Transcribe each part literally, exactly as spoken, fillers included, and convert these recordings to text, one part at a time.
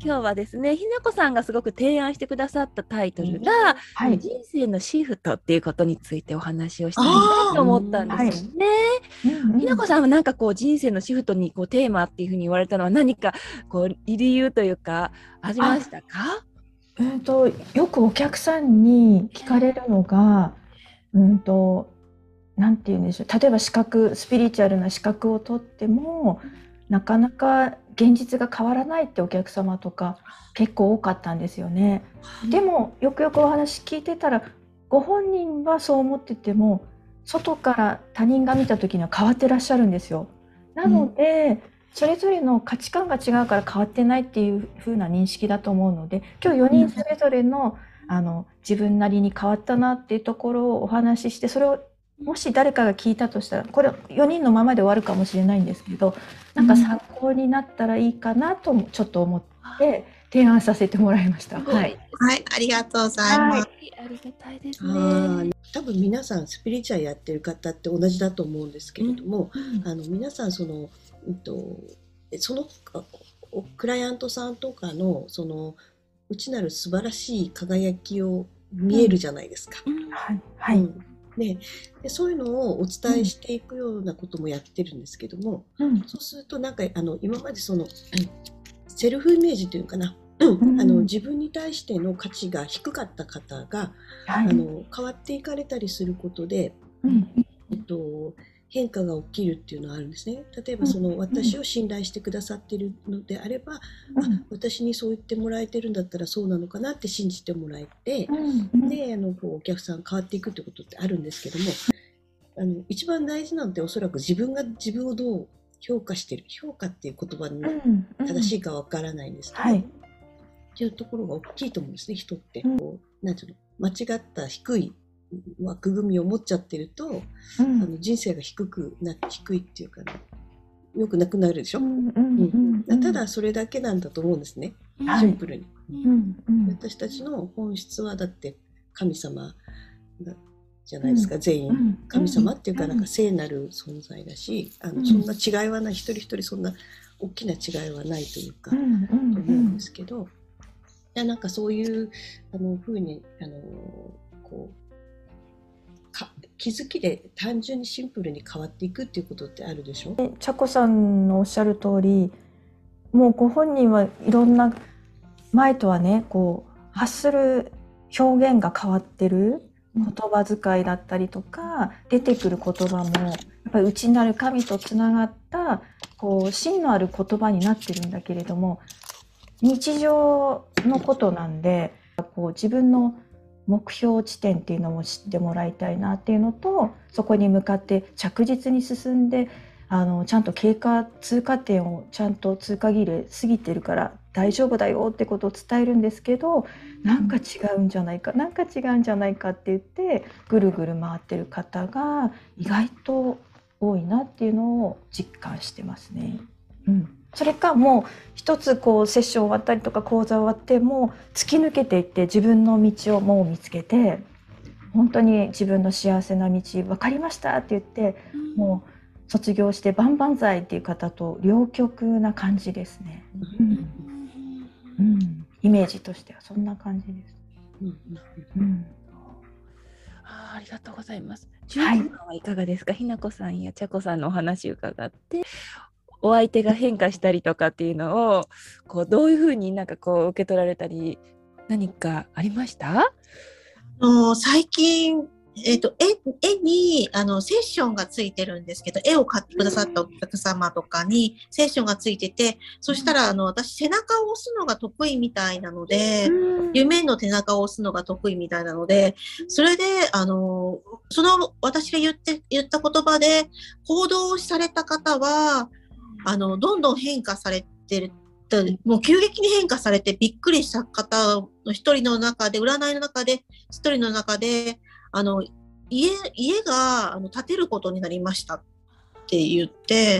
今日はですね、ひなこさんがすごく提案してくださったタイトルが、 はい。 人生のシフトっていうことについてお話をしたいなああ、 と思ったんではい。 すよね。 うんうん。 ひなこさんはなんかこう人生のシフトにこうテーマっていうふうに言われたのは何かこう理由というかありまあ、 したか？ うんと、よくお客さんに聞かれるのが、うんと、なんて言うんでしょう。例えば資格、スピリチュアルな資格を取っても、なかなか現実が変わらないってお客様とか結構多かったんですよね。でも、よくよくお話聞いてたら、ご本人はそう思ってても、外から他人が見た時には変わってらっしゃるんですよ。なので、それぞれの価値観が違うから変わってないっていう風な認識だと思うので、今日よにんそれぞれの、あの、自分なりに変わったなっていうところをお話しして、それをもし誰かが聞いたとしたら、これよにんのままで終わるかもしれないんですけど、なんか参考になったらいいかなともちょっと思って提案させてもらいました。はい。 はい、ありがとうございはます。 い。 ありがたいですあね。 多分皆さんスピリチュアルやってる方って同じだと思うんですけれども、 うんあの皆さんその、うんと、そのあおクライアントさんとかのその内なる素晴らしい輝きを見えるじゃないですか。 はいはい。 うんね、でそういうのをお伝えしていくようなこともやってるんですけども、 うんそうするとなんかあの今までそのセルフイメージというかな、 うんあの自分に対しての価値が低かった方がはい。 あの変わっていかれたりすることで、 うんえっと、変化が起きるっていうのはあるんですね。例えばその私を信頼してくださっているのであれば、あうん私にそう言ってもらえてるんだったらそうなのかなって信じてもらえて、 うんであのこうお客さん変わっていくってことってあるんですけども、あの一番大事なのっておそらく自分が自分をどう評価してる、評価っていう言葉にうん正しいかわからないんですけど、 はい。 っていうところが大きいと思うんですね、人って。こうなんていうの、間違った低い枠組みを持っちゃってると、 うあんの人生が低くなって低いっていうか、ね、よくなくなるでしょ、 うんうんうん、ただそれだけなんだと思うんですね、 はいシンプルに、 うんうん私たちの本質はだって神様がじゃないですか、全員神様っていうかなんか聖なる存在だし、あのそんな違いはない、一人一人そんな大きな違いはないというか、と思うんですけど、いなんかそういうあの風にあのこうか気づきで単純にシンプルに変わっていくっていうことってあるでしょ。 ちゃこさんのおっしゃる通り、もうご本人はいろんな前とはね、こう発する表現が変わってる、言葉遣いだったりとか出てくる言葉もやっぱり内なる神とつながったこう真のある言葉になってるんだけれども、日常のことなんで、こう自分の目標地点っていうのも知ってもらいたいなっていうのと、そこに向かって着実に進んで、あのちゃんと経過通過点をちゃんと通過儀礼過ぎてるから大丈夫だよってことを伝えるんですけど、なんか違うんじゃないかなんか違うんじゃないかって言ってぐるぐる回ってる方が意外と多いなっていうのを実感してますね。うん、それかもう一つこうセッション終わったりとか講座終わっても突き抜けていって自分の道をもう見つけて、本当に自分の幸せな道分かりましたって言ってもう卒業して万々歳っていう方と両極な感じですね。うんうん、イメージとしてはそんな感じです。 うんうん、 あ, ありがとうございます。じゅうきさんはいかがですか？ひなこさんやちゃこさんのお話を伺ってお相手が変化したりとかっていうのをこうどういうふうになんかこう受け取られたり何かありました？ あの最近、えーと、絵, 絵にあのセッションがついてるんですけど、絵を買ってくださったお客様とかにセッションがついてて、そしたらあの私背中を押すのが得意みたいなので、夢の背中を押すのが得意みたいなので、それであのその私が言って言った言葉で行動をされた方はあのどんどん変化されてる、もう急激に変化されてびっくりした方の一人の中で、占いの中で一人の中であの 家, 家があの建てることになりましたって言って、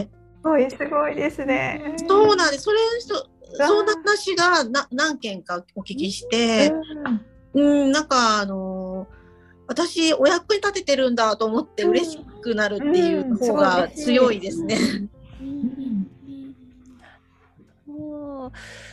すごいすごいですね。 そうなんです。それそんな話がな何件かお聞きして、うん、うん、なんかあの私お役に立ててるんだと思って嬉しくなるっていう方が強いですね。 じゃあ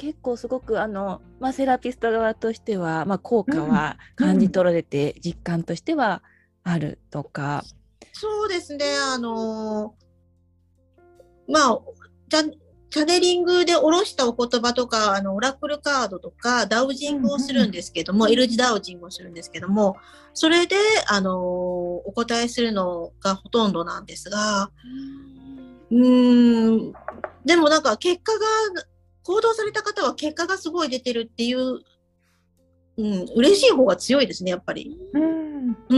結構すごくあの、まあ、セラピスト側としては、まあ、効果は感じ取られて、実感としてはあるとか。 そうですね。あのー、まあ、チャ、チャネリングで下ろしたお言葉とか、あの、オラクルカードとか、ダウジングをするんですけども、L 字ダウジングをするんですけども、それで、あのー、お答えするのがほとんどなんですが、うーん、でもなんか結果が、行動された方は結果がすごい出てるっていう、うん、嬉しい方が強いですね、やっぱり。うん、うん、うん。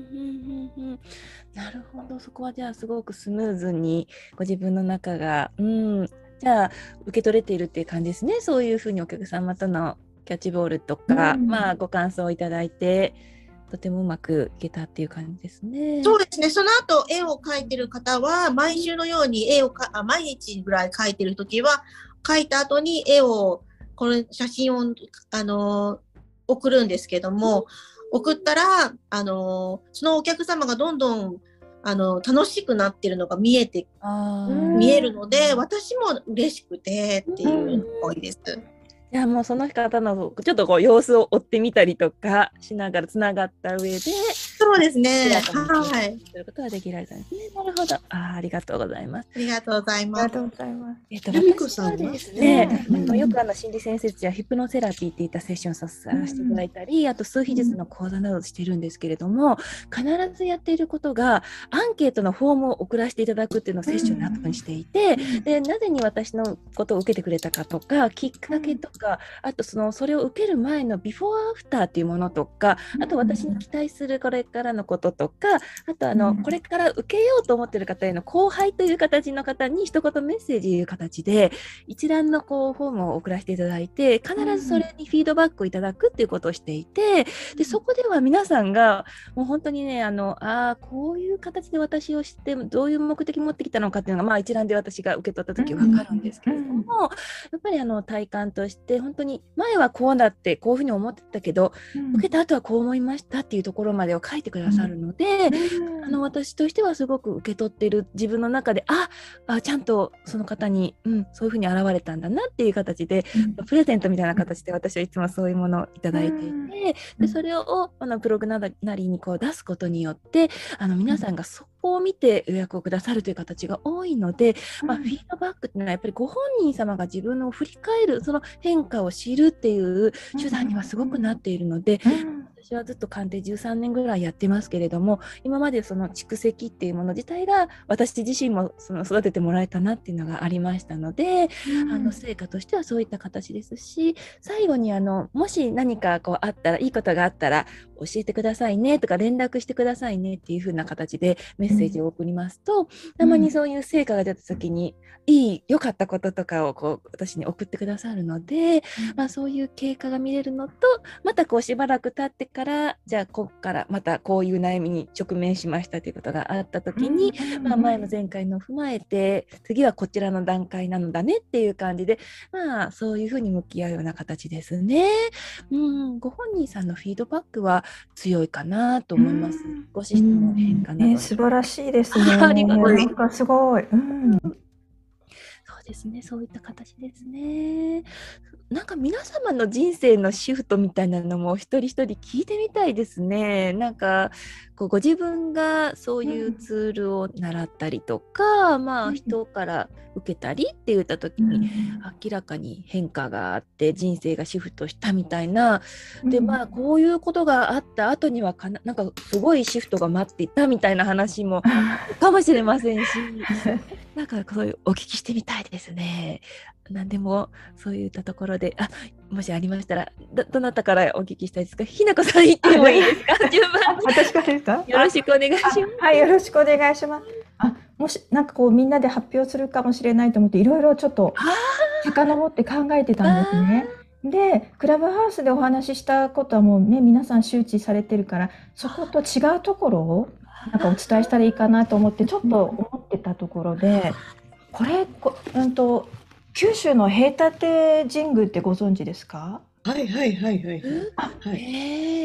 なるほど、そこはじゃあすごくスムーズにご自分の中が、うん、じゃあ受け取れているっていう感じですね。そういうふうにお客様とのキャッチボールとか、うん、まあご感想をいただいて、とてもうまくいけたっていう感じですね。 そうですね。その後絵を描いてる方は毎週のように絵をかあ毎日ぐらい描いてるときは描いた後に絵をこの写真をあの送るんですけども、送ったらあのそのお客様がどんどんあの楽しくなってるのが見えて見えるので、私も嬉しくてっていうのが多いです。 いやもうその方のちょっとこう様子を追ってみたりとかしながらつながった上で、 そうですね。はい。 することができられたんですね。なるほど。あ、ありがとうございます。 ありがとうございます。 ありがとうございます。 えっと私はですね、あのよくあの心理先生やヒプノセラピーっていったセッションをさせていただいたり、あと数秘術の講座などしてるんですけれども、必ずやっていることがアンケートのフォームを送らせていただくっていうのをセッションの後にしていて、でなぜに私のことを受けてくれたかとか、きっかけとか、あとそのそれを受ける前のビフォーアフターっていうものとか、あと私に期待するこれからのこととか、あとあのこれから受けようと思っている方への後輩という形の方に一言メッセージという形で一覧のこうフォームを送らせていただいて、必ずそれにフィードバックをいただくっていうことをしていて、でそこでは皆さんがもう本当にね、あのあこういう形で私を知ってどういう目的持ってきたのかっていうのが、まあ、一覧で私が受け取った時分かるんですけれども、やっぱりあの体感として本当に前はこうだってこういうふうに思ってたけど、受けた後はこう思いましたっていうところまでを書いてくださるので、あの私としてはすごく受け取っている自分の中で、ああちゃんとその方に、うん、そういうふうに現れたんだなっていう形で、うん、プレゼントみたいな形で私はいつもそういうものをいただいていて、でそれをあのブログなりにこう出すことによって、あの皆さんがそこを見て予約をくださるという形が多いので、まあ、フィードバックっていうのはやっぱりご本人様が自分の振り返る、その変化を知るっていう手段にはすごくなっているので、私はずっと鑑定じゅうさんねんぐらいやってますけれども、今までその蓄積っていうもの自体が私自身もその育ててもらえたなっていうのがありましたので、うん、あの成果としてはそういった形ですし、最後にあのもし何かこうあったら、いいことがあったら教えてくださいねとか連絡してくださいねっていう風な形でメッセージを送りますと、うん、たまにそういう成果が出た時に、うん、いい良かったこととかをこう私に送ってくださるので、うん、まあ、そういう経過が見れるのと、またこうしばらく経ってからじゃあここからまたこういう悩みに直面しましたということがあった時に、うん、まあ、前の前回のを踏まえて次はこちらの段階なのだねっていう感じで、まあそういうふうに向き合うような形ですね。うん、ご本人さんのフィードバックは強いかなと思います。うん、ご自身の変化など、 ね、素晴らしいですね。ありがとうございます。すごい。うん、 そうですね、そういった形ですね。なんか皆様の人生のシフトみたいなのも一人一人聞いてみたいですね。なんかこうご自分がそういうツールを習ったりとか、うん、まあ人から受けたりって言った時に明らかに変化があって人生がシフトしたみたいな、うん、でまあこういうことがあった後にはかな、なんかすごいシフトが待っていたみたいな話もかもしれませんしなんかそういうお聞きしてみたいですね。何でもそういったところで、あ、もしありましたら ど, どなたからお聞きしたいですか。ひなこさん言ってもいいですか。順番に私からですか。 よろしくお願いします。 はい、よろしくお願いします。あ、もしなんかこうみんなで発表するかもしれないと思っていろいろちょっと遡って考えてたんですね。でクラブハウスでお話ししたことはもうね皆さん周知されてるから、そこと違うところをなんかお伝えしたらいいかなと思ってちょっと思ってたところで、これこうんと九州の平立神宮ってご存知ですか。 はいはいはいはい。 あ、はい。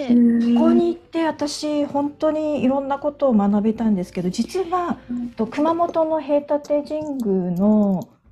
ここに行って私本当にいろんなことを学べたんですけど、実は、うん、と熊本の平立神宮の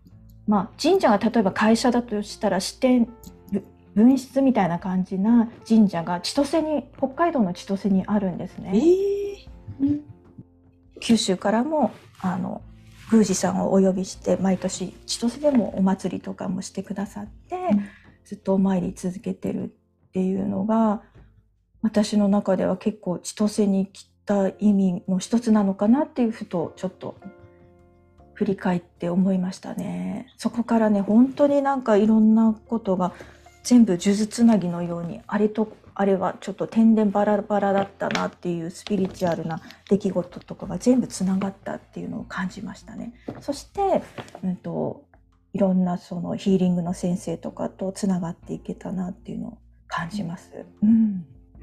まあ、神社が例えば会社だとしたら支店分室みたいな感じな神社が千歳に北海道の千歳にあるんですね。 えーうん、九州からもあの宮司さんをお呼びして毎年千歳でもお祭りとかもしてくださって、うん、ずっとお参り続けてるっていうのが私の中では結構千歳に来た意味の一つなのかなっていうふとちょっと振り返って思いましたね。そこからね本当になんかいろんなことが全部数珠つなぎのようにあれとあれはちょっと天然バラバラだったなっていうスピリチュアルな出来事とかが全部つながったっていうのを感じましたね。そして、うんと、いろんなそのヒーリングの先生とかとつながっていけたなっていうのを感じます。うん、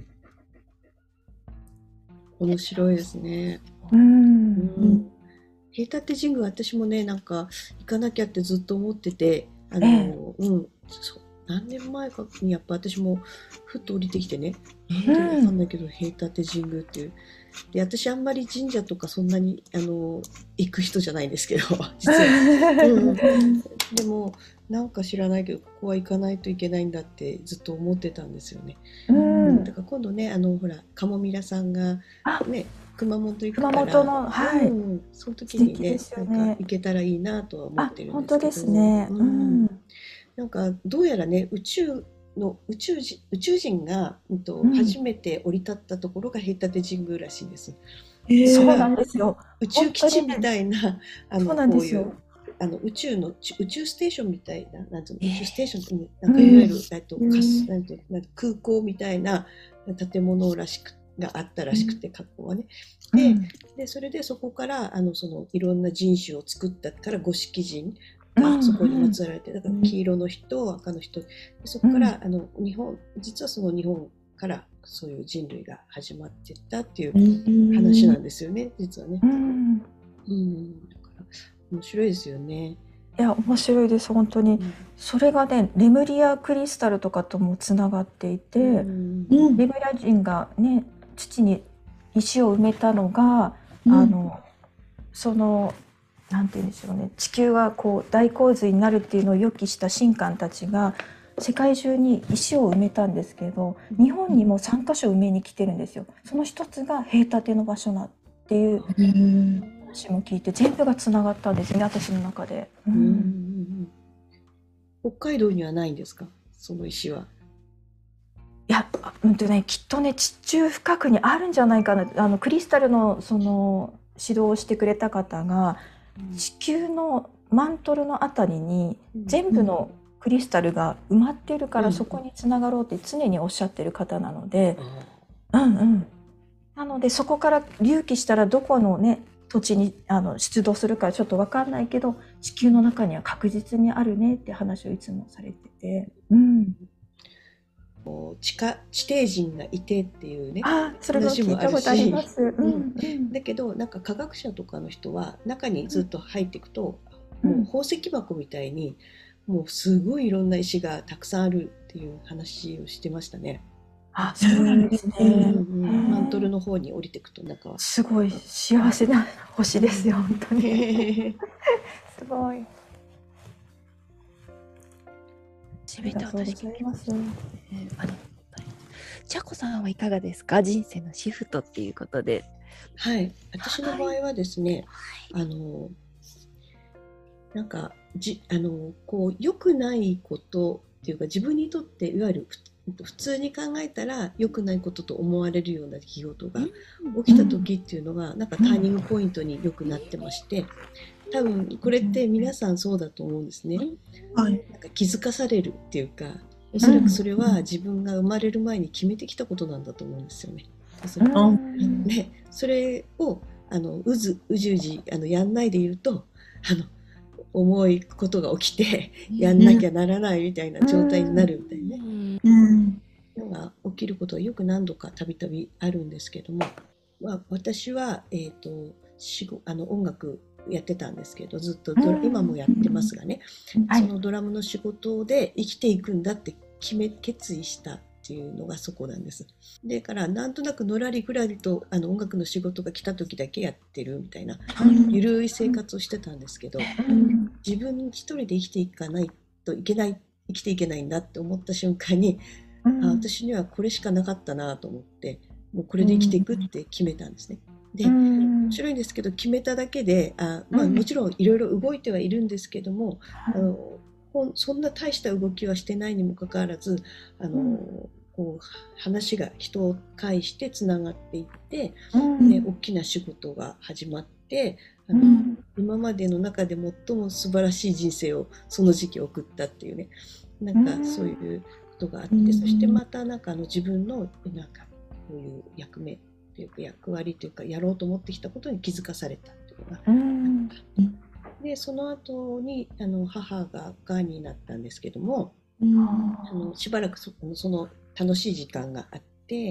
面白いですね。 うん、うん平立神宮、私もねなんか行かなきゃってずっと思ってて、あの、ええ、うん、そう何年前かにやっぱ私もふっと降りてきてね、えー、わかんないけど平立神宮っていうで、私あんまり神社とかそんなにあの行く人じゃないんですけど実は、うん、でもなんか知らないけどここは行かないといけないんだってずっと思ってたんですよね。うん、だから今度ねあのほらカモミラさんがね熊本行くから、 熊本の、はい、 うん、その時に ね, ねなんか行けたらいいなとは思ってるんですけど。 本当ですね、うん、 なんかどうやらね宇宙の宇宙人宇宙人が、うんとうん、初めて降り立ったところが平立神宮らしいんです。 えー、そうなんですよ。 宇宙基地みたいなあのこういうあの宇宙の宇宙ステーションみたいななんていうの、えー、宇宙ステーションってなんかいわゆる、えー、となんていうなんか空港みたいな建物らしくがあったらしくて、格好はね。で、うん、でそれでそこからあのそのいろんな人種を作ったから五色人がそこに祀られて、だから黄色の人、赤の人、でそこから、うん、あの日本実はその日本からそういう人類が始まっていったっていう話なんですよね、実はね。うん、うん、だから面白いですよね。 いや面白いです本当に、うん、それがねレムリアクリスタルとかともつながっていて、うん、レムリア人がね土に石を埋めたのが、うん、あのそのなんて言うんでしょうね、地球がこう大洪水になるっていうのを予期した神官たちが世界中に石を埋めたんですけど、日本にもさんかしょ埋めに来てるんですよ。その一つが平立の場所なっていう話も聞いて全部がつながったんですね、私の中で。うん、うん、 北海道にはないんですか、その石は。 いや、うんとね、きっとね地中深くにあるんじゃないかな。あのクリスタルのその指導をしてくれた方が地球のマントルのあたりに全部のクリスタルが埋まってるからそこにつながろうって常におっしゃってる方なので、うんうん、なのでそこから隆起したらどこのね土地にあの出土するかちょっと分かんないけど地球の中には確実にあるねって話をいつもされてて、うん、 地下地底人がいてっていうねあそれも聞いたことあります、うんうん、 だけどなんか科学者とかの人は中にずっと入っていくと、うん、もう宝石箱みたいにもうすごいいろんな石がたくさんあるっていう話をしてましたね。 あ、そうなんですね。うんうん、マントルの方に降りていくとなんかすごい幸せな星ですよ本当にすごい。 初めて私聞きます。あのちゃこさんはいかがですか、人生のシフトっていうことで。 はい、私の場合はですね、はい、あのなんかじあのこう良くないことっていうか自分にとっていわゆる普通に考えたら良くないことと思われるような出来事が起きた時っていうのがなんかターニングポイントによくなってまして、多分これって皆さんそうだと思うんですね。はい、なんか気づかされるっていうか、おそらくそれは自分が生まれる前に決めてきたことなんだと思うんですよね。それ、ね、それをあのうずうじうじあのやんないでいるとあの重いことが起きてやんなきゃならないみたいな状態になるみたいなね、うんのが起きることはよく何度かたびたびあるんですけども、まあ、私は、えーと、しごあの音楽やってたんですけどずっとドラ今もやってますがね、そのドラムの仕事で生きていくんだって決め決意したっていうのがそこなんです。でからなんとなくのらりふらりとあの音楽の仕事が来た時だけやってるみたいなゆるい生活をしてたんですけど、自分一人で生きていかないといけない生きていけないんだって思った瞬間に、あ私にはこれしかなかったなと思って、もうこれで生きていくって決めたんですね。で面白いんですけど、決めただけであ、まあ、もちろんいろいろ動いてはいるんですけども、あのそんな大した動きはしてないにもかかわらず、あの、うん、こう話が人を介してつながっていって、うん、で大きな仕事が始まってあの、うん、今までの中で最も素晴らしい人生をその時期送ったっていうね、なんかそういうことがあって、うん、そしてまたなんかあの自分のなんかこういう役目というか役割というかやろうと思ってきたことに気づかされたっていうのがあった。うんでその後にあの母ががんになったんですけども、うん、あのしばらく そ, その楽しい時間があって、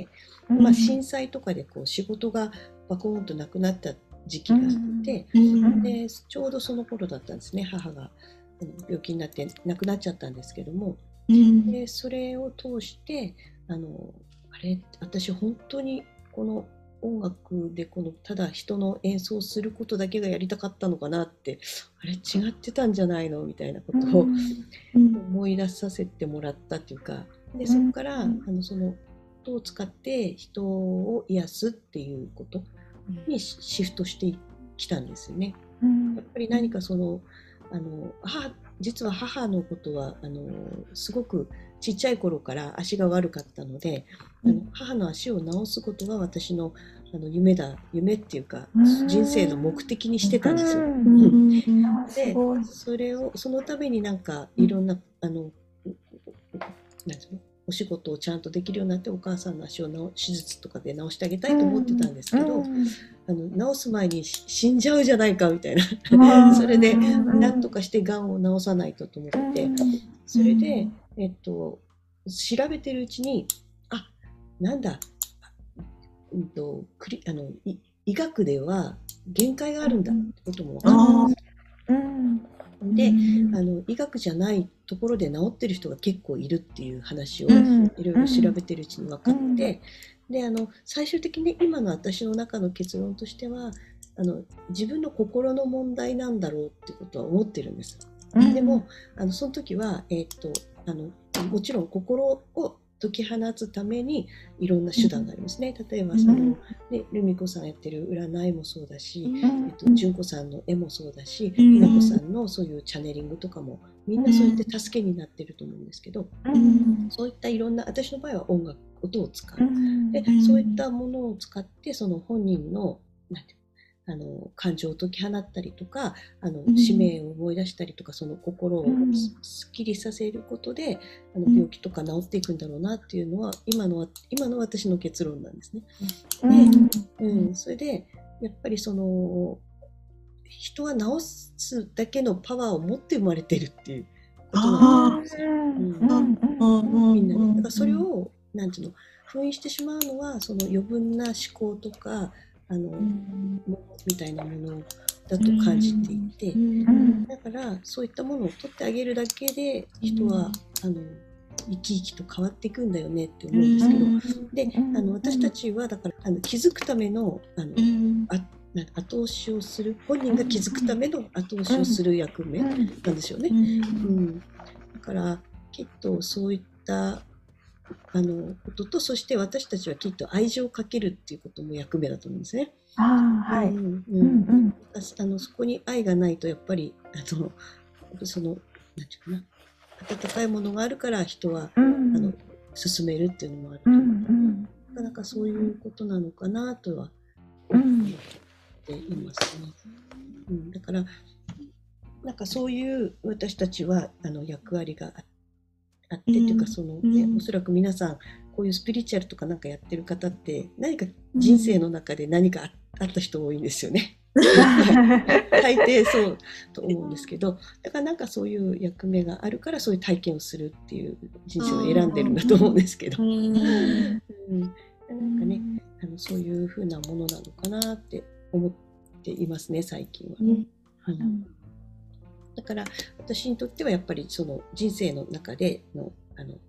うんまあ、震災とかでこう仕事がバコーンとなくなった時期があって、うん、でちょうどその頃だったんですね。母が病気になって亡くなっちゃったんですけども、うん、でそれを通してあのあれ私本当にこの音楽でこのただ人の演奏することだけがやりたかったのかなって、あれ違ってたんじゃないのみたいなことを思い出させてもらったっていうか、でそこからあのその音を使って人を癒すっていうことにシフトしてきたんですよね。やっぱり何かそのあの母実は母のことはあのすごくちっちゃい頃から足が悪かったので、あの母の足を治すことが私のあの夢だ夢っていうか人生の目的にしてたんですよ。でそれをそのためになんかいろんなあのなんていうのお仕事をちゃんとできるようになって、お母さんの足を手術とかで治してあげたいと思ってたんですけど、あの治す前に死んじゃうじゃないかみたいなそれで何とかしてがんを治さないとと思って、それで、えっと、調べてるうちにあなんだ、うんと、クリあのい医学では限界があるんだってことも分かったんです。で、あの医学じゃないところで治ってる人が結構いるっていう話をいろいろ調べてるうちに分かって、であの最終的に今の私の中の結論としてはあの自分の心の問題なんだろうってことは思ってるんです。でもあのその時は、えー、っとあのもちろん心を解き放つためにいろんな手段がありますね。例えばその、ね、ルミ子さんやってる占いもそうだし、えっと、純子さんの絵もそうだし、ひなこさんのそういうチャネリングとかもみんなそうやって助けになってると思うんですけど、そういったいろんな私の場合は音楽音を使うでそういったものを使ってその本人のなんていうあの感情を解き放ったりとかあの、うん、使命を思い出したりとかその心をすっきりさせることで、うん、あの病気とか治っていくんだろうなっていうのは今の今の私の結論なんですね。で、うん、それでやっぱりその人は治すだけのパワーを持って生まれてるっていうことなんですよ。みんなね。だからそれをなんていうの封印してしまうのはその余分な思考とかあの、うん、みたいなものだと感じていて、うん、だからそういったものを取ってあげるだけで人は、うん、あの生き生きと変わっていくんだよねって思うんですけど、うん、であの私たちはだからあの気づくためのあの、うん、あ後押しをする本人が気づくための後押しをする役目なんですよね。うんうん、だからきっとそういったあのこととそして私たちはきっと愛情をかけるっていうことも役目だと思うんですね。あ、はいうんうんうん、あのそこに愛がないとやっぱりあのそのなんていうかな温かいものがあるから人は、うん、あの進めるっていうのもあると思う、うんうん、なかなかそういうことなのかなとは思っていますね。うん、だからなんかそういう私たちはあの役割があってあってっていうかその、ねうん、おそらく皆さんこういうスピリチュアルとかなんかやってる方って何か人生の中で何か あ,、あった人多いんですよね。大抵そうと思うんですけどだからなんかそういう役目があるからそういう体験をするっていう人生を選んでるんだと思うんですけど、うんうん、なんかねあのそういう風なものなのかなって思っていますね最近は。うんうんだから私にとってはやっぱりその人生の中でのあの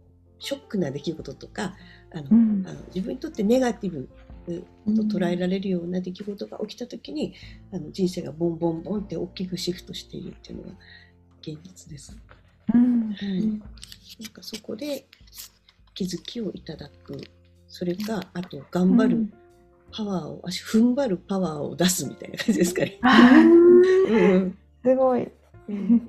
ショックな出来事とかあの、 うん、 あの自分にとってネガティブと捉えられるような出来事が起きた時に、あの人生がボンボンボンって大きくシフトしているっていうのが現実です。 うんうん、なんかそこで気づきをいただく、それかあと頑張るパワーを、足踏ん張るパワーを出すみたいな感じですかね。うん、 すごい。 うん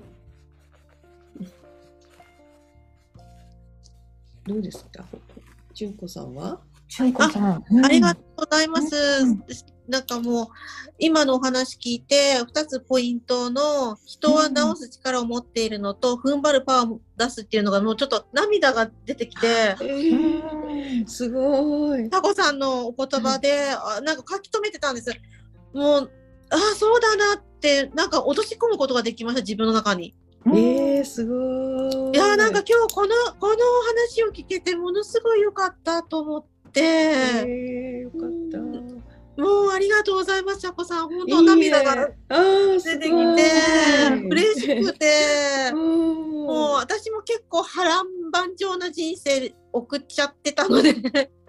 どうですか、純子さんは？ 純子さん、 ありがとうございます。 うん、 なんかもう今のお話聞いてふたつポイントの人は治す力を持っているのと、うん、踏ん張るパワーを出すっていうのがもうちょっと涙が出てきて、えー、すごい。 タコさんのお言葉で、うん、なんか書き留めてたんです。もうああそうだなってなんか落とし込むことができました、自分の中に。 えー、すごい。 いやなんか今日このこの話を聞けてものすごい良かったと思って、えー、よかった。 もうありがとうございます、ちゃこさん。本当涙が出てきて嬉しくて、もう私も結構波乱万丈な人生送っちゃってたので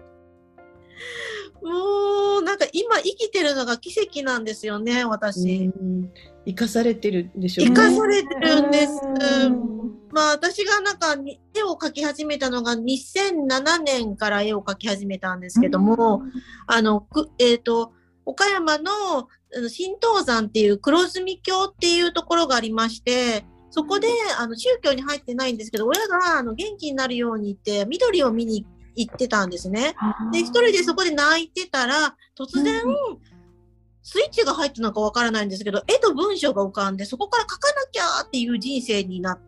もうなんか今生きてるのが奇跡なんですよね、私。 生かされてるんでしょうね。 生かされてるんです。まあ私がなんか絵を描き始めたのがにせんななねんから絵を描き始めたんですけども、あのえっと岡山の新東山っていう黒住峡っていうところがありまして、そこであの宗教に入ってないんですけど、親があの元気になるようにって緑を見に行ってたんですね。で一人でそこで泣いてたら突然、うんスイッチが入ったのかわからないんですけど、絵と文章が浮かんで、そこから書かなきゃっていう人生になって、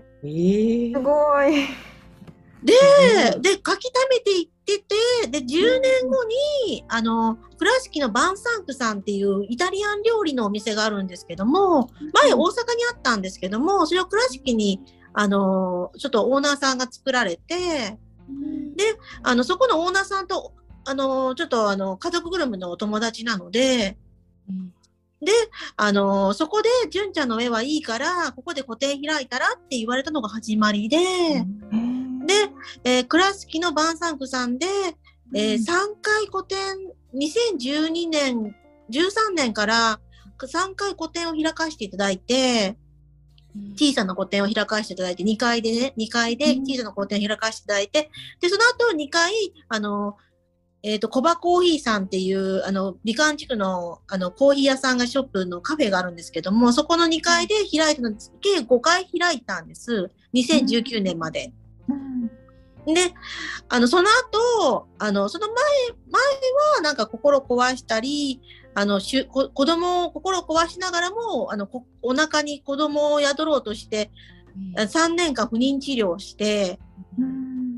えー、 すごい。 で、で、書き溜めていってて、で、じゅうねんごに、あの、倉敷のバンサンクさんっていうイタリアン料理のお店があるんですけども、前大阪にあったんですけども、それを倉敷に、あの、ちょっとオーナーさんが作られて、で、あの、そこのオーナーさんと、あのちょっとあの家族ぐるみのお友達なので、うん、であのそこで純ちゃんの絵はいいからここで個展開いたらって言われたのが始まりで、うん、で、えー、倉敷のバンサンクさんで、えー、さんかい個展にせんじゅうにねんじゅうさんねんからさんかい個展を開かせていただいて、うん、小さな個展を開かせていただいてにかいでねにかいで小さな個展を開かせていただいて、でその後にかいあのえっと、コバコーヒーさんっていう、あの、美観地区の、あの、コーヒー屋さんがショップのカフェがあるんですけども、そこのにかいで開いたの、計ごかい開いたんです。にせんじゅうきゅうねんまで。うん、で、あの、その後、あの、その前、前はなんか心壊したり、あの、しゅこ子供を心壊しながらも、あの、こお腹に子供を宿ろうとして、うん、さんねんかん不妊治療をして、うん、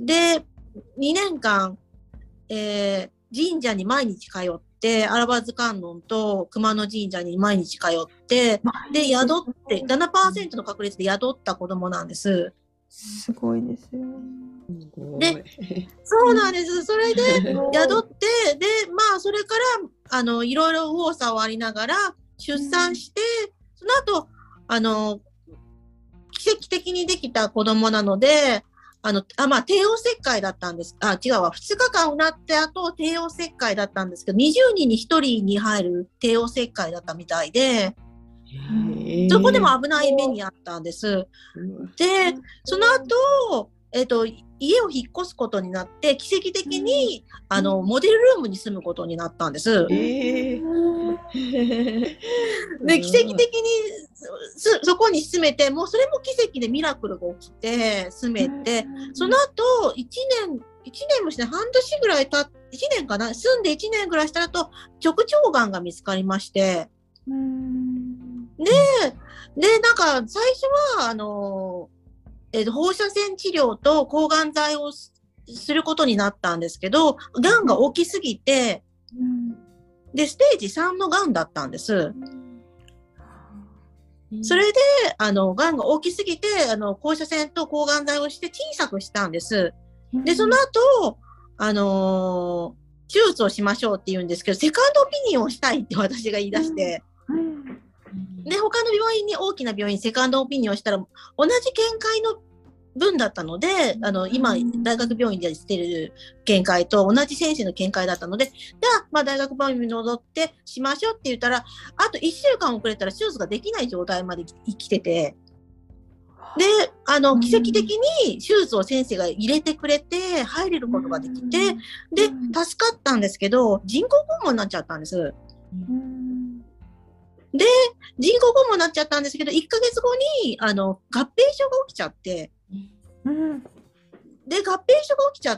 で、にねんかん、えー、神社に毎日通って荒波観音と熊野神社に毎日通ってで宿って ななパーセント の確率で宿った子供なんです。 すごいですよ。 でそうなんです。それで宿ってでまあそれからあのいろいろ右往左往ありながら出産して、うん、その後あの奇跡的にできた子供なのであの、あ、まあ、帝王切開だったんです。あ、違うわ。ふつかかんうなって後、帝王切開だったんですけど、にじゅうにんにひとりに入る帝王切開だったみたいで、そこでも危ない目にあったんです。で、その後、えっと、家を引っ越すことになって、奇跡的に、あの、モデルルームに住むことになったんです。えー、で、奇跡的にそ、そこに住めて、もうそれも奇跡でミラクルが起きて、住めて、その後、いちねん、いちねんもして半年ぐらいたっ、いちねんかな、住んでいちねんぐらいした後、直腸がんが見つかりまして、で、で、なんか、最初は、あの、えー、放射線治療と抗がん剤をすることになったんですけど、がんが大きすぎて、うん、で、ステージさんのがんだったんです。うん、それで、あの、がんが大きすぎて、あの、放射線と抗がん剤をして小さくしたんです。で、その後、あのー、手術をしましょうって言うんですけど、セカンドオピニオンをしたいって私が言い出して、うんうんで、他の病院に、大きな病院にセカンドオピニオンしたら、同じ見解の分だったので、あの、今、大学病院でしてる見解と同じ先生の見解だったので、じゃあ、まあ、大学病院に戻ってしましょうって言ったら、あといっしゅうかん遅れたら手術ができない状態まで来てて、で、あの、奇跡的に手術を先生が入れてくれて、入れることができて、で、助かったんですけど、人工肛門になっちゃったんです。で、人工肛門になっちゃったんですけど、いっかげつごに、あの、合併症が起きちゃって、で、合併症が起きちゃって、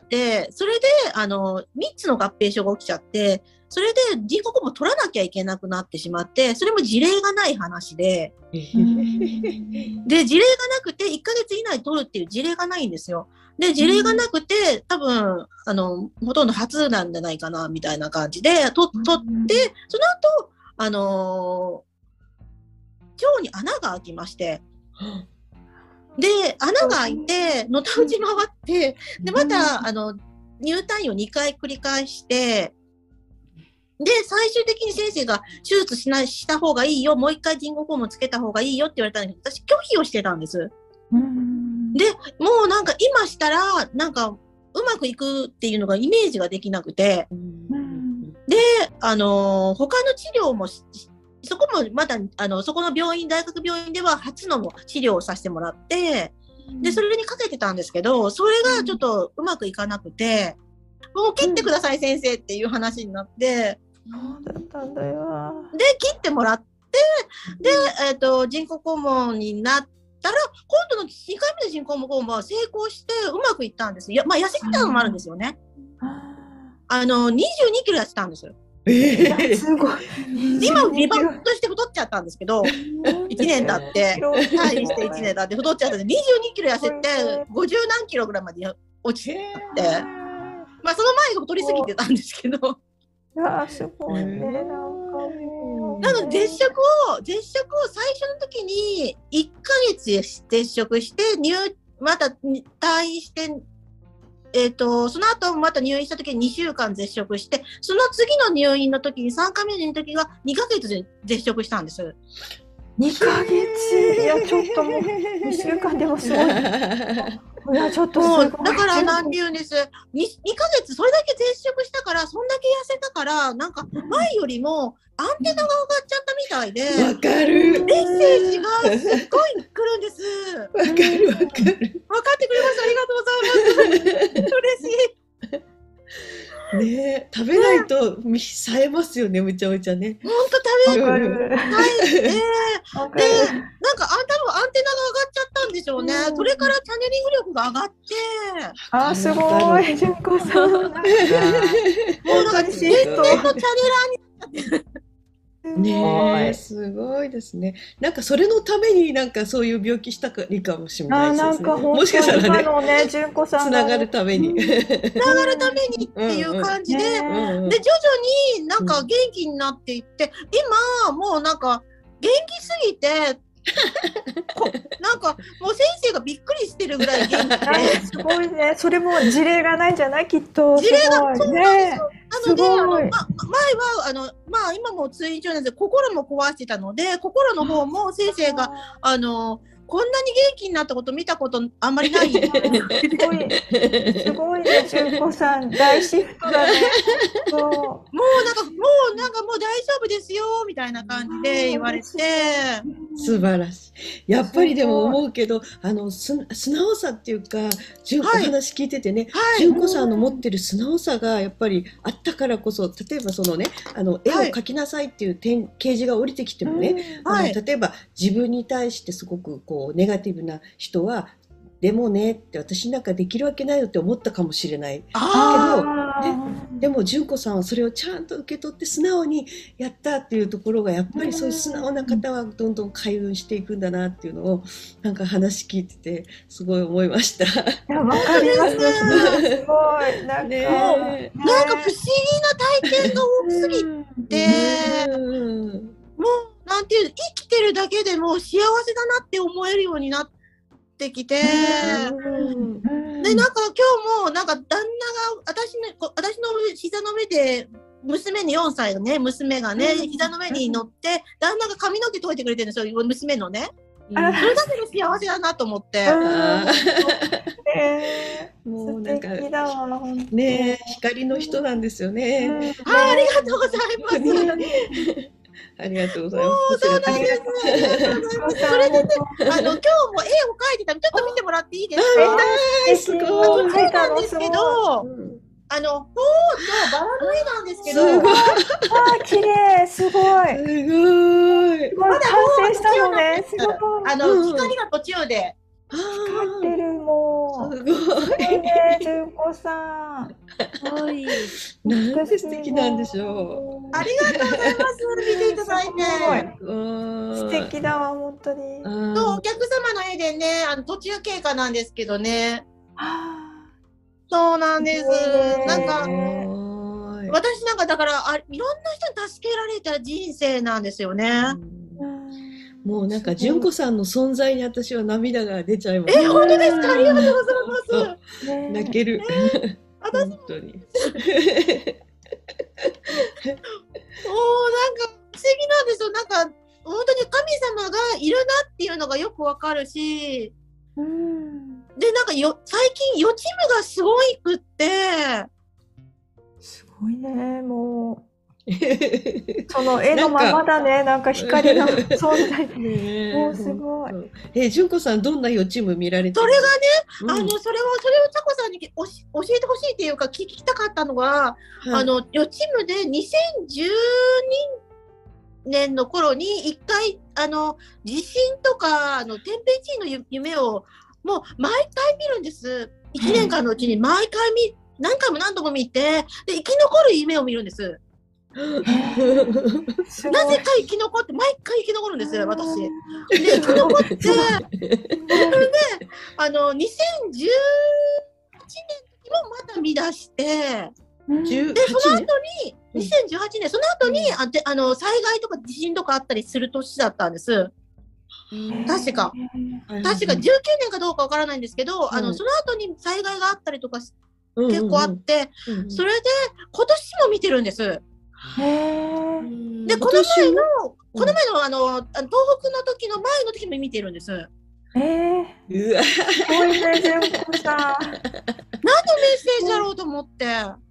それで、あの、みっつの合併症が起きちゃって、それで人工肛門を取らなきゃいけなくなってしまって、それも事例がない話で、で、事例がなくて、いっかげつ以内に取るっていう事例がないんですよ。で、事例がなくて、多分、あの、ほとんど初なんじゃないかな、みたいな感じで、と、取って、その後、あのー、腸に穴が開きまして、で、穴が開いて、のたうち回って、で、また、あの、入退院をにかい繰り返して、で、最終的に先生が手術しない、した方がいいよ、もう一回人工肛門つけた方がいいよって言われたんだけど、私拒否をしてたんです。で、もうなんか今したら、なんかうまくいくっていうのがイメージができなくて、で、あのー、他の治療もそこもまた、あの、そこの病院、大学病院では初の治療をさせてもらって、で、それにかけてたんですけど、それがちょっとうまくいかなくて、もう切ってください、先生っていう話になって、 そうだったんだよ。 で、切ってもらって、で、えっと、人工肛門になったら、今度のにかいめの人工肛門は成功してうまくいったんです。いや、まあ、痩せてたのもあるんですよね。あの、にじゅうにキロ痩せたんです。 えー、すごい。 今、リバウンドして太っちゃったんですけど、いちねん経って、退院していちねん経って太っちゃったんで、にじゅうにキロ痩せて、ごじゅうなんキロぐらいまで落ちて、まあ、その前が太りすぎてたんですけど。 いや、すごいね。なんかなので、絶食を、絶食を最初の時に、いっかげつ絶食して、入、また退院して、えっと、その後また入院した時ににしゅうかん絶食して、その次の入院の時にさんかいめの時がにかげつで絶食したんです。 にかげつ、いや、ちょっともう、にしゅうかんでもすごい。いや、ちょっとすごい。 だから、なんて言うんです。に、にかげつ、それだけ絶食したから、そんだけ痩せたから、なんか、前よりも、アンテナが上がっちゃったみたいで。 わかる。 メッセージがすっごい来るんです。 わかるわかる。 分かってくれます。ありがとうございます。嬉しい。 ねえ、食べないと冴えますよね、むちゃむちゃね。 本当食べる。はい。で、 なんかあんたのアンテナが上がっちゃったんでしょうね。それからチャネリング力が上がって。 あ、すごい、純子さん。もうなんか全然のチャネラーになっちゃってる。 ねえ、すごいですね。なんかそれのためになんかそういう病気したかいいかもしれないですね。もしかしたらね、 のね、純子さんつながるために、 つながるためにっていう感じで、で徐々になんか元気になっていって、今もうなんか元気すぎて。なんかもう先生がびっくりしてるぐらい元気ですごいね。それも事例がないんじゃない、きっと。 事例がそうなんですよ。 ね、 なので、あの、ま、前はあのまあ今も通院中なんですけど、心も壊してたので、心の方も先生があのこんなに元気になったこと見たことあんまりない。すごい、すごいね、純子さん、大シフトだね。 そう。もうなんか、もうなんかもう大丈夫ですよ、みたいな感じで言われて。 素晴らしい。やっぱりでも思うけど、あの、す、素直さっていうか、純子、はい、お話聞いててね、はい、純子さんの持ってる素直さがやっぱりあったからこそ、例えばそのね、あの、絵を描きなさいっていう点、掲示が降りてきてもね、はい、あの例えば自分に対してすごくこう、ネガティブな人はでもねって私なんかできるわけないよって思ったかもしれないけど、ね、でも純子さんはそれをちゃんと受け取って素直にやったっていうところがやっぱりそういう素直な方はどんどん開運していくんだなっていうのをなんか話聞いててすごい思いました。いや、わかります。すごいなんか、 ね、なんか不思議な体験が多すぎて、もうなんていう、生きてるだけでも幸せだなって思えるようになってきて、で、なんか今日も、なんか旦那が、私の、私の膝の上で、娘によんさいのね、娘がね、膝の上に乗って、旦那が髪の毛解いてくれてるんですよ、娘のね。 それだけで幸せだなと思って。 あえーもうなんか素敵だわ本当ね、光の人なんですよね。 うんあー、ありがとうございます。 ありがとうございまもうす。 そうなんです。ありがとうございます。それでね、あの今日も絵を描いてたの、ちょっと見てもらっていいですか？ えすごい。 そうなんですけど、 うんあの鳳とバラの絵なんですけど、 すごい。 あー綺麗すごいすごい。 すごい完成したのねすごいあの光が途中で。 あ光ってるもうーすごい。 すごいね純子さんすごい。 なんて素敵なんでしょありがとうございます。見ていただいて。 う。うん素敵だわ本当にそうお客様の絵でね、あの途中経過なんですけどね。 あそうなんです。 すごいねなんかー私なんかだからあいろんな人に助けられた人生なんですよね。 ーもうなんか純子さんの存在に私は涙が出ちゃいます。 え、本当ですか？ありがとうございます。 ね泣ける。 私本当に。 もうなんか不思議なんですよ。なんか本当に神様がいるなっていうのがよくわかるし、 うんでなんかよ最近予知夢がすごいくって、 すごいねもうその絵のままだねなんか光の存在ねえもうすごい本当え、純子さんどんな予知夢見られてるそれがね、 うんあのそれをそれをちゃこさんにおし教えてほしいっていうか聞きたかったのが、 はいあの予知夢でにせんじゅうにねんの頃に一回あの地震とかあの天変地異のゆ夢をもう毎回見るんです。いちねんかんのうちに毎回見何回も何度も見て、で生き残る夢を見るんです。 すごいなぜか生き残って毎回生き残るんですよ私。で生き残ってそれであのにせんじゅうはちねんもまた見出して、 じゅうでその後はちねんににせんじゅうはちねんその後にあであの災害とか地震とかあったりする年だったんです。確か確かじゅうきゅうねんかどうかわからないんですけど、あのその後に災害があったりとか結構あって、 うんうんそれで今年も見てるんです。 へーでこの前のこの前のあの東北の時の前の時も見てるんです。 えーうわすごいね純子さんメッセージだろうと思って。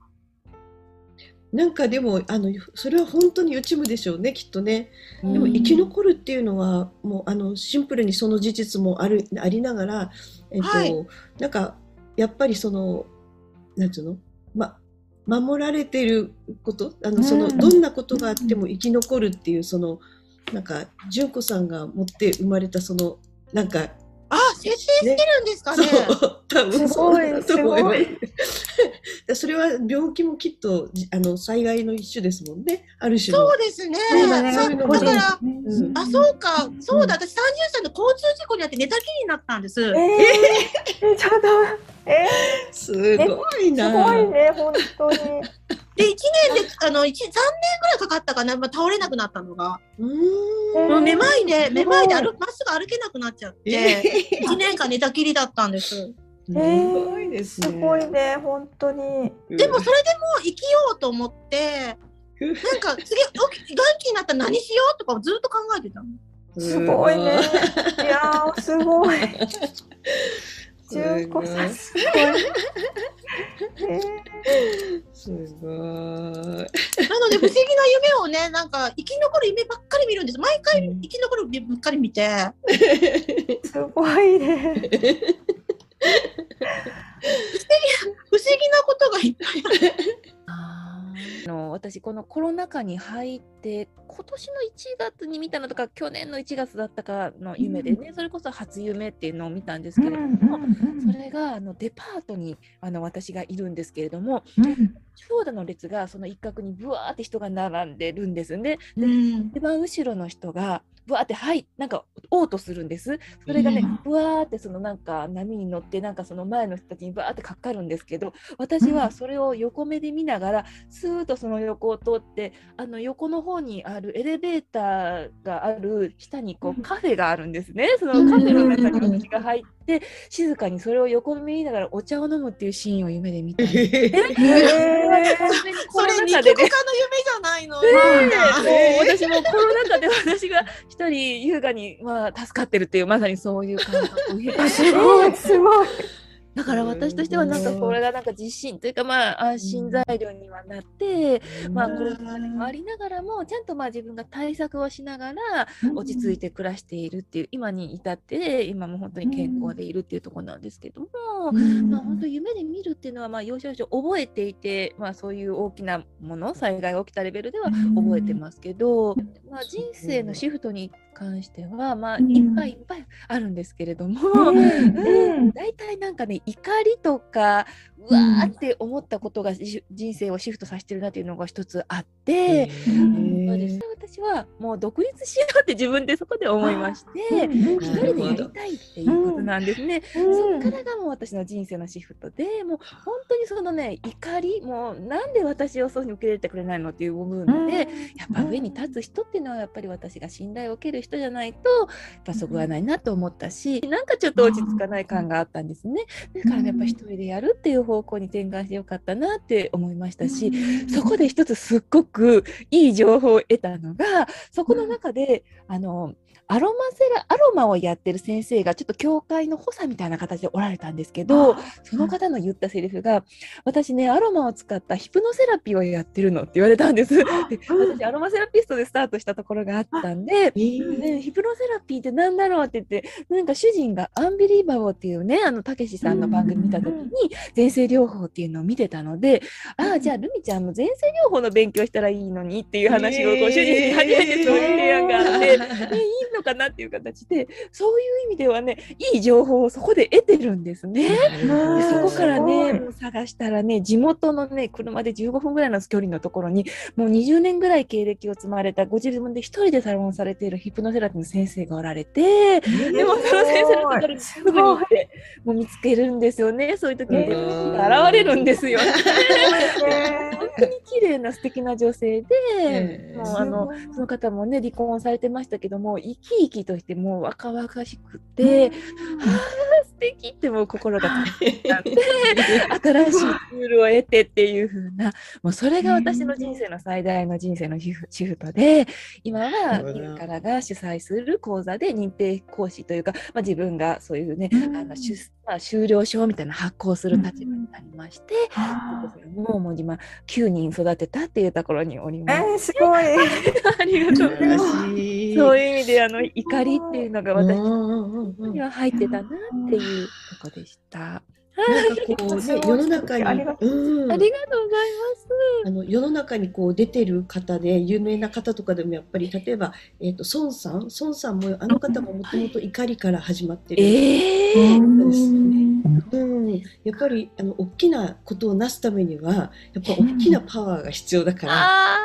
なんかでもあのそれは本当に予知夢でしょうねきっとね。でもうん生き残るっていうのはもうあのシンプルにその事実もあるありながら、えっとはいなんかやっぱりそのなんていうの、ま、守られてることあのそのうんどんなことがあっても生き残るっていうそのなんか純子さんが持って生まれたそのなんかあ、設定してるんですかね。 そう多分そうだと思いますすでそれは病気もきっとじあの災害の一種ですもんねある種のそうですね。 そうだねさそういうのもだから、 うんあ、そうか、そうだ、私さんじゅっさいの交通事故にあって寝たきりになったんです。 えー、ちょっとえすごいー、 なすごいね本当にで、いちねんで、あの、いち、さんねんぐらいかかったかな、まあ、倒れなくなったのが。 うーんえーもうめまいで、めまいですごい歩まっすぐ歩けなくなっちゃって、 えいちねんかん寝たきりだったんです。 すごいですねすごいね本当にでもそれでも生きようと思って、なんか次、起き元気になったら何しようとかをずっと考えてたの。 すごいねいやーすごいすごい純子さんすごいえすごいなので不思議な夢をね、なんか生き残る夢ばっかり見るんです。毎回生き残る夢ばっかり見て。 ー、すごいね不思議なことがいっぱいある。 あの私このコロナ禍に入って今年のいちがつに見たのとか去年のいちがつだったかの夢でね、それこそ初夢っていうのを見たんですけれども、それがあのデパートにあの私がいるんですけれども、長蛇の列がその一角にブワーって人が並んでるんですね。でうん一番後ろの人がブワーってはいなんか嘔吐するんです。それがね、 うんブワーってそのなんか波に乗ってなんかその前の人たちにブワーってかかるんですけど、私はそれを横目で見ながらスーッとその横を通ってあの横の方にあるエレベーターがある下にこうカフェがあるんですね。そのカフェの中に私が入って静かにそれを横目見ながらお茶を飲むっていうシーンを夢で見たんです。 えそれ二極化の夢じゃないの。 もう私もコロナ禍で私が一一人優雅に、まあ、助かってるっていうまさにそういう感覚を経てすごいすごい。 だから私としてはなんかこれがなんか自信というかまあ安心材料にはなって、まあコロナ禍でもありながらもちゃんとまあ自分が対策をしながら落ち着いて暮らしているっていう今に至って今も本当に健康でいるっていうところなんですけども、まあ本当夢で見るっていうのはまあ要所要所覚えていて、まあそういう大きなもの災害が起きたレベルでは覚えてますけど、まあ人生のシフトに関してはまあいっぱいいっぱいあるんですけれども、だいたいなんかね怒りとかうわーって思ったことが人生をシフトさせてるなっていうのが一つあって、私はもう独立しようって自分でそこで思いまして、一人でやりたいっていうことなんですね。そっからがもう私の人生のシフトで、もう本当にそのね怒り、もうなんで私をそういうふうに受け入れてくれないのっていう部分で、やっぱ上に立つ人っていうのはやっぱり私が信頼を受ける人じゃないとやっぱそぐわないなと思ったし、なんかちょっと落ち着かない感があったんですね。だからやっぱ一人でやるっていう方向に転換してよかったなって思いましたし、そこで一つすっごくいい情報を得たのが、そこの中であのアロマセラアロマをやってる先生がちょっと教会の補佐みたいな形でおられたんですけど、その方の言ったセリフが、私ねアロマを使ったヒプノセラピーをやってるのって言われたんです。で私アロマセラピストでスタートしたところがあったんで、ね、ヒプノセラピーってなんだろうって言って、なんか主人がアンビリーバボーっていうねあのたけしさんの番組見た時に前世療法っていうのを見てたので、ああじゃあルミちゃんも前世療法の勉強したらいいのにっていう話をこう主人に初めてそういう提案があって、えー、いいのかなっていう形で、そういう意味ではねいい情報をそこで得てるんですね。でそこからねもう探したらね地元のね車でじゅうごふんぐらいの距離のところにもうにじゅうねんぐらい経歴を積まれたご自分で一人でサロンされているヒプノセラピーの先生がおられて、でもその先生のところにすぐに行ってもう見つけるんですよね。そういう時に現れるんですよ。本当に綺麗な素敵な女性で、もうあのその方もね離婚されてましたけども生き生きとしてもう若々しくて、あー素敵ってもう心がついたんで新しいツールを得てっていう風な、もうそれが私の人生の最大の人生のシフトで、今は自らが主催する講座で認定講師というか、まあ、自分がそういうね、うん、あのまあ、修了証みたいな発行する立場になりまして、うん、もうもう今きゅうにん育てたっていうところにおります。 えー、すごいありがとうございます。そういう意味であの怒りっていうのが私には入ってたなっていうところでした。 なんかこうね、世の中に、 ありがとうございます。 あの世の中にこう出てる方で有名な方とかでもやっぱり例えばえっと孫さん、孫さんもあの方ももともと怒りから始まってる方ですよね。うん、やっぱりあの大きなことをなすためにはやっぱ大きなパワーが必要だから、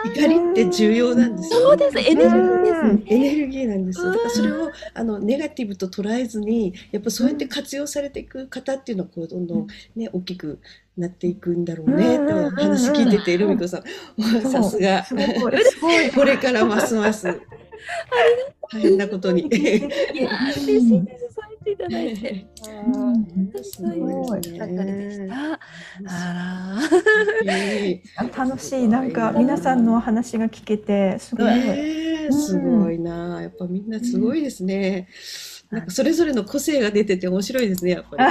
怒りって重要なんですよ、ね。 そうです、エネルギーですね。 エネルギーなんですよ。だからそれをあのネガティブと捉えずに、やっぱそうやって活用されていく方っていうのはこうどんどんね大きくなっていくんだろうねって話聞いてて、ルミ子さん、さすがこれからますます大変なことに。嬉しいです。そう言っていただいて。 すごい。でした。あら。楽しい、なんか皆さんのお話が聞けてすごい。 すごいな。やっぱみんなすごいですね。なんかそれぞれの個性が出てて面白いですね、やっぱ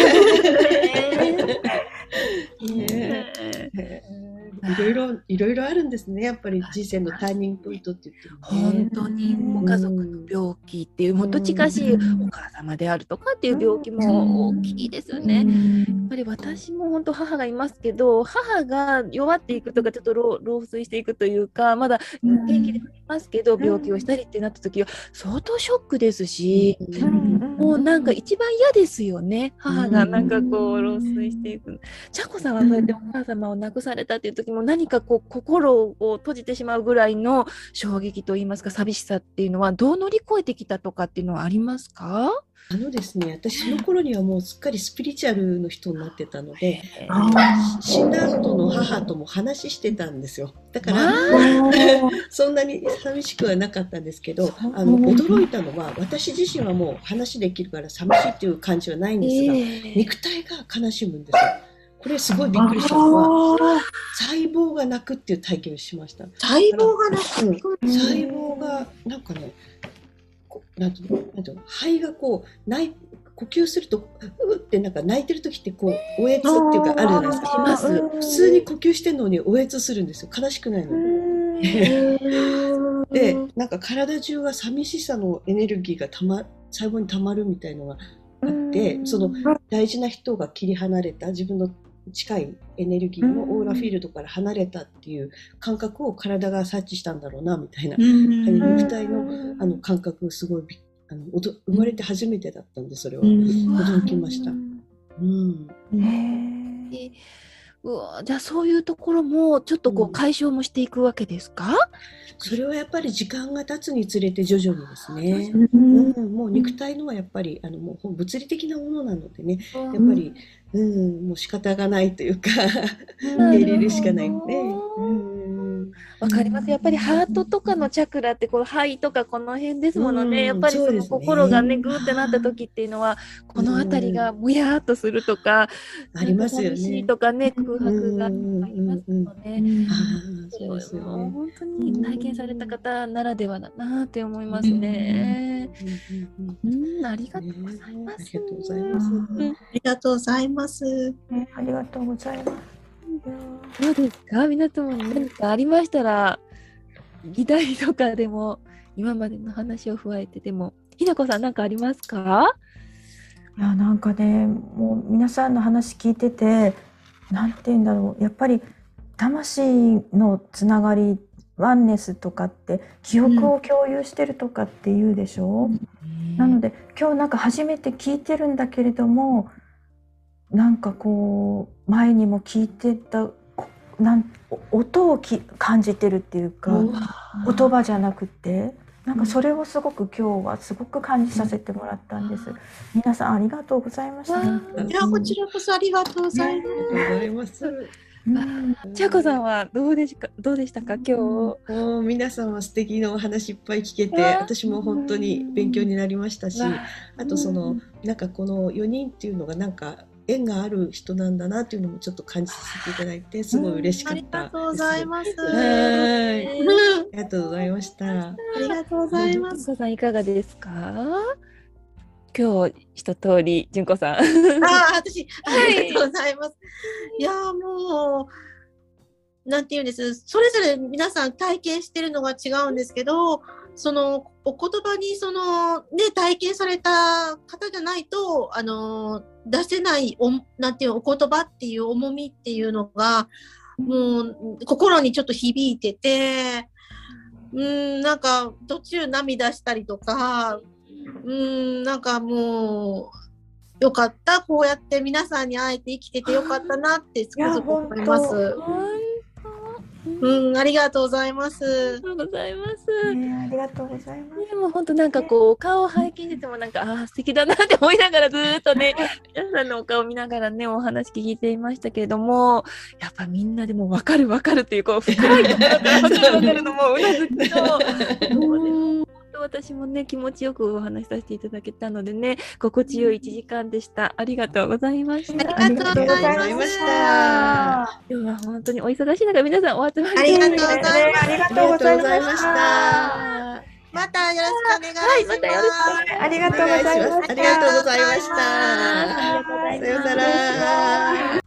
り。ねえ。いろいろいろいろあるんですね。やっぱり人生のターニングポイントって言っても、 ね、本当にご家族の病気っていうもっと近しいお母様であるとかっていう病気も大きいですよね。やっぱり私も本当母がいますけど、母が弱っていくとかちょっと老衰していくというか、まだ元気でいますけど病気をしたりってなった時は相当ショックですし、もうなんか一番嫌ですよね。母がなんかこう老衰していく。ちゃこさんはそうやってお母様を亡くされたっていう時も何かこう心を閉じてしまうぐらいの衝撃といいますか寂しさっていうのはどう乗り越えてきたとかっていうのはありますか？ あのですね、私その頃にはもうすっかりスピリチュアルの人になってたので、死んだ後の母とも話してたんですよ。だからそんなに寂しくはなかったんですけど、あの驚いたのは私自身はもう話できるから寂しいっていう感じはないんですが、えー、肉体が悲しむんですよ。これすごいびっくりしたのは細胞が泣くっていう体験をしました。 細胞が泣く、 うん、細胞がなんかねなんていうの、なんていうの、肺がこう泣い呼吸するとうってなんか泣いてる時ってこうおえつっていうかあるじゃないですか。 あります。 普通に呼吸してるのにおえつするんですよ。悲しくないの。で、なんか体中が寂しさのエネルギーがたま細胞にたまるみたいのがあって、その大事な人が切り離れた自分の近いエネルギーのオーラフィールドから離れたっていう感覚を体が察知したんだろうなみたいな、肉体のあの感覚すごいびあの生まれて初めてだったんで、それは驚きました。うんえうわ、じゃあそういうところもちょっとこう解消もしていくわけですか？ それはやっぱり時間が経つにつれて徐々にですね、うん、もう肉体のはやっぱりあのもう物理的なものなのでね、やっぱり、うん、もう仕方がないというか受け入れるしかないので。 わかります。やっぱりハートとかのチャクラってこの肺とかこの辺ですものね。うん、やっぱりその心がね、ねグーってなった時っていうのはこの辺りがもやーっとするとか、 ありますよね。 とかね、空白がありますので、それは本当に体験された方ならではだなって思いますね。うん、ありがとうございます。 ありがとうございます。 ありがとうございます。 ありがとうございます。 どうですか、皆様に何かありましたら、議題とかでも今までの話を加えてでも、ひなこさん何かありますか？ いや、なんかね、もう皆さんの話聞いてて、なんて言うんだろう、やっぱり魂のつながり、ワンネスとかって記憶を共有してるとかって言うでしょ、うん、なので今日なんか初めて聞いてるんだけれども、なんかこう前にも聞いてたなん音をき感じてるっていうか、言葉じゃなくて、なんかそれをすごく今日はすごく感じさせてもらったんです。皆さんありがとうございました。 いや、こちらこそありがとうございます。 ちゃこさんはどうでしかどうでしたか今日？もう皆さんは素敵なお話いっぱい聞けて、私も本当に勉強になりましたし、あとそのなんかこのよにんっていうのがなんか縁がある人なんだなっていうのもちょっと感じさせていただいて、すごい嬉しかったです。 ありがとうございます。 はい、ありがとうございました。 ありがとうございます。 純子さんいかがですか？今日一通り純子さん。ああ、私ありがとうございます。はい、いやもうなんていうんです。それぞれ皆さん体験してるのが違うんですけど、そのお言葉にそのね体験された方じゃないとあの出せないおなんていうお言葉っていう重みっていうのがもう心にちょっと響いてて、うんなんか途中涙したりとか、うんなんかもうよかった、こうやって皆さんに会えて生きててよかったなってつくづく思います。うん、ありがとうございます。 ありがとうございます。 ありがとうございます。 でも本当なんかこうお顔を拝見しててもなんかああ素敵だなって思いながらずっとね皆さんのお顔を見ながらねお話聞いていましたけれども、やっぱみんなでも分かる分かるっていうこう深いところから分かる分かるのもうなずきと。私もね気持ちよくお話しさせていただけたのでね、心地よいいちじかんでした。ありがとうございました。 ありがとうございました。 今日は本当にお忙しい中皆さんお集まりありがとうございました。 ありがとうございました。 またよろしくお願いします。はい、またよろしくお願いします。 ありがとうございました。 ありがとうございました。さようなら。